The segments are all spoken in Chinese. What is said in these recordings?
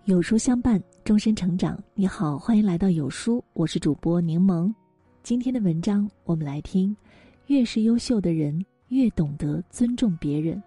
有书相伴，终身成长。你好，欢迎来到有书，我是主播柠檬。今天的文章我们来听，越是优秀的人，越懂得尊重别人。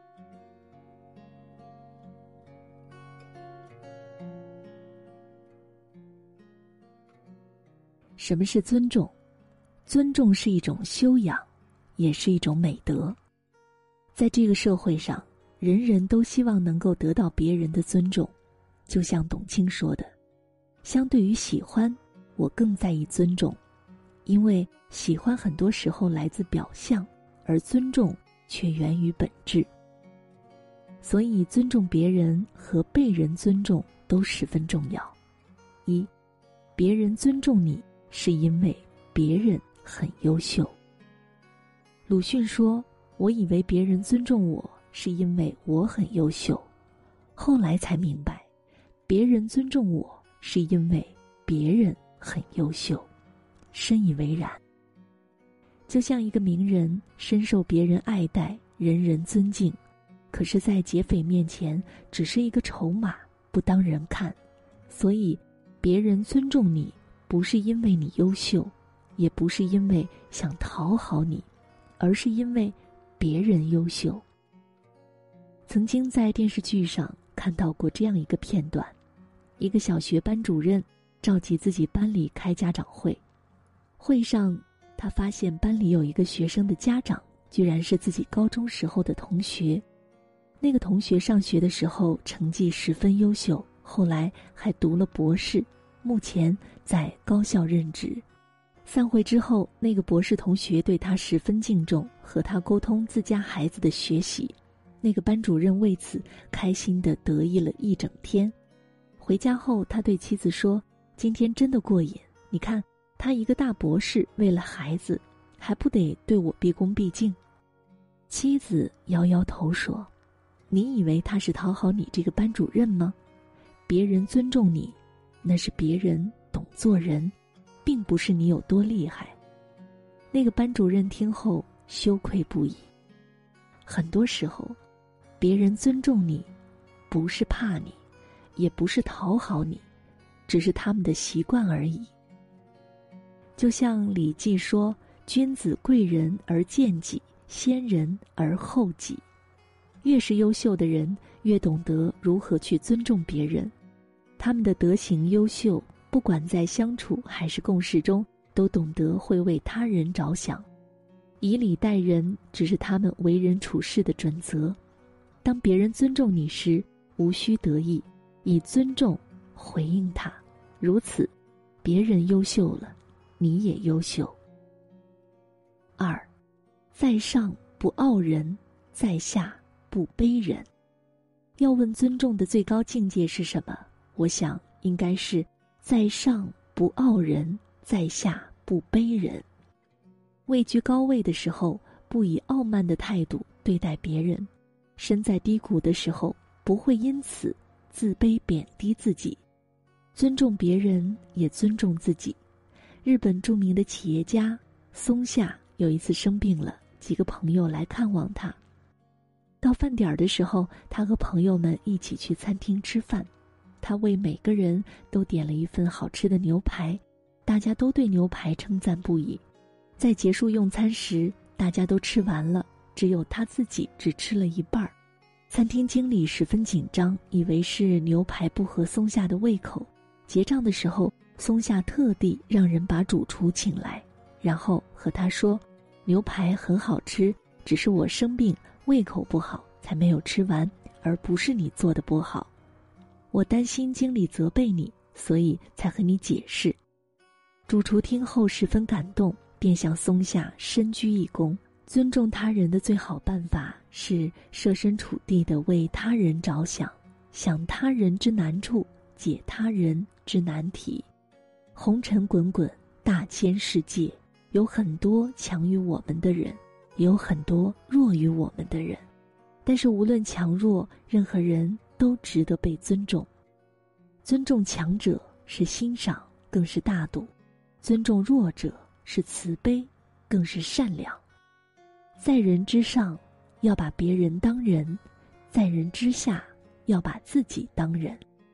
什么是尊重？尊重是一种修养，也是一种美德。在这个社会上，人人都希望能够得到别人的尊重。就像董卿说的，相对于喜欢，我更在意尊重，因为喜欢很多时候来自表象，而尊重却源于本质。所以尊重别人和被人尊重都十分重要。一，别人尊重你是因为别人很优秀。鲁迅说，我以为别人尊重我是因为我很优秀，后来才明白，别人尊重我是因为别人很优秀，深以为然。就像一个名人深受别人爱戴，人人尊敬，可是在劫匪面前只是一个筹码，不当人看。所以别人尊重你，不是因为你优秀，也不是因为想讨好你，而是因为别人优秀。曾经在电视剧上看到过这样一个片段，一个小学班主任召集自己班里开家长会，会上他发现班里有一个学生的家长居然是自己高中时候的同学。那个同学上学的时候成绩十分优秀，后来还读了博士，目前在高校任职。散会之后，那个博士同学对他十分敬重，和他沟通自家孩子的学习。那个班主任为此开心地得意了一整天。回家后，他对妻子说，今天真的过瘾，你看他一个大博士，为了孩子还不得对我毕恭毕敬。妻子摇摇头说，你以为他是讨好你这个班主任吗？别人尊重你，那是别人懂做人，并不是你有多厉害。那个班主任听后羞愧不已。很多时候，别人尊重你，不是怕你，也不是讨好你，只是他们的习惯而已。就像《礼记》说，君子贵人而贱己，先人而后己。越是优秀的人，越懂得如何去尊重别人。他们的德行优秀，不管在相处还是共事中，都懂得会为他人着想。以礼待人，只是他们为人处事的准则。当别人尊重你时，无需得意，以尊重回应他，如此，别人优秀了，你也优秀。二，在上不傲人，在下不卑人。要问尊重的最高境界是什么？我想应该是在上不傲人，在下不卑人。位居高位的时候，不以傲慢的态度对待别人；身在低谷的时候，不会因此自卑贬低自己。尊重别人，也尊重自己。日本著名的企业家松下有一次生病了，几个朋友来看望他。到饭点的时候，他和朋友们一起去餐厅吃饭，他为每个人都点了一份好吃的牛排，大家都对牛排称赞不已。在结束用餐时，大家都吃完了，只有他自己只吃了一半。餐厅经理十分紧张，以为是牛排不合松下的胃口。结账的时候，松下特地让人把主厨请来，然后和他说，牛排很好吃，只是我生病，胃口不好，才没有吃完，而不是你做的不好。我担心经理责备你，所以才和你解释。主厨听后十分感动，便向松下深鞠一躬。尊重他人的最好办法是设身处地地为他人着想，想他人之难处，解他人之难题。红尘滚滚，大千世界，有很多强于我们的人，也有很多弱于我们的人。但是无论强弱，任何人都值得被尊重。尊重强者是欣赏，更是大度；尊重弱者是慈悲，更是善良。在人之上，要把别人当人；在人之下，要把自己当人。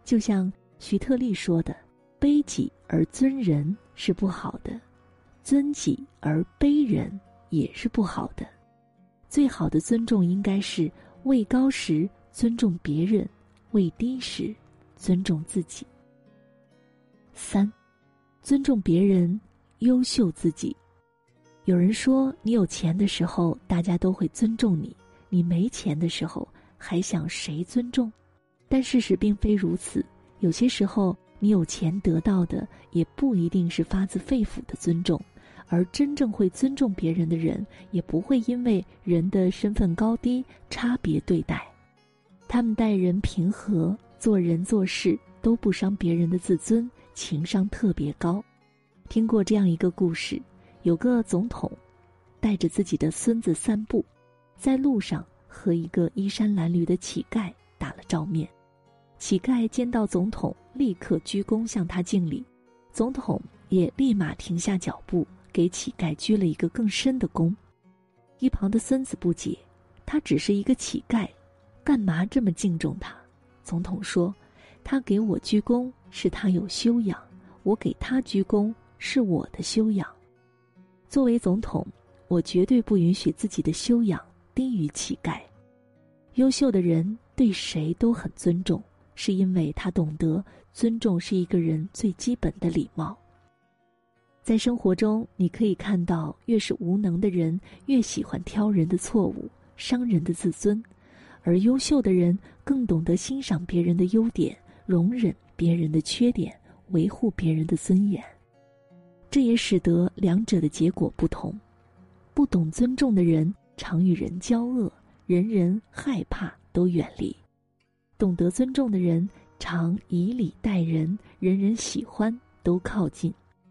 就像徐特立说的，卑己而尊人是不好的，尊己而卑人也是不好的。最好的尊重应该是位高时尊重别人，位低时尊重自己。3. 尊重别人，优秀自己。有人说，你有钱的时候大家都会尊重你，你没钱的时候还想谁尊重？但事实并非如此，有些时候你有钱得到的也不一定是发自肺腑的尊重，而真正会尊重别人的人也不会因为人的身份高低差别对待，他们待人平和，做人做事都不伤别人的自尊，情商特别高。听过这样一个故事，有个总统带着自己的孙子散步，在路上和一个衣衫褴褛的乞丐打了照面。乞丐见到总统，立刻鞠躬向他敬礼，总统也立马停下脚步，给乞丐鞠了一个更深的躬。一旁的孙子不解，他只是一个乞丐，干嘛这么敬重他？总统说，他给我鞠躬是他有修养，我给他鞠躬是我的修养。作为总统，我绝对不允许自己的修养低于乞丐。优秀的人对谁都很尊重，是因为他懂得尊重是一个人最基本的礼貌。在生活中，你可以看到，越是无能的人，越喜欢挑人的错误，伤人的自尊，而优秀的人更懂得欣赏别人的优点，容忍别人的缺点，维护别人的尊严。这也使得两者的结果不同。不懂尊重的人常与人交恶，人人害怕都远离；懂得尊重的人常以礼待人，人人喜欢都靠近。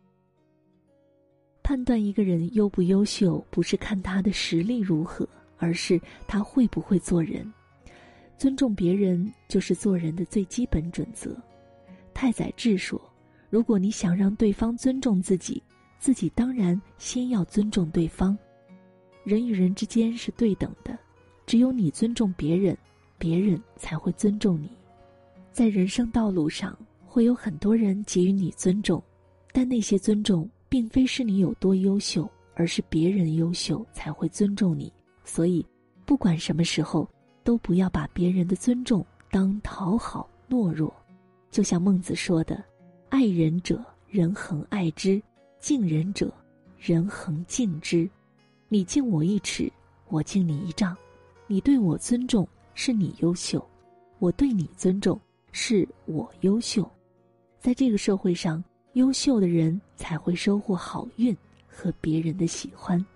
判断一个人优不优秀，不是看他的实力如何，而是他会不会做人。尊重别人就是做人的最基本准则。太宰治说，如果你想让对方尊重自己，自己当然先要尊重对方。人与人之间是对等的，只有你尊重别人，别人才会尊重你。在人生道路上，会有很多人给予你尊重，但那些尊重并非是你有多优秀，而是别人优秀才会尊重你。所以不管什么时候，都不要把别人的尊重当讨好懦弱。就像孟子说的，爱人者人恒爱之，敬人者人恒敬之。你敬我一尺，我敬你一丈。你对我尊重，是你优秀；我对你尊重，是我优秀。在这个社会上，优秀的人才会收获好运和别人的喜欢。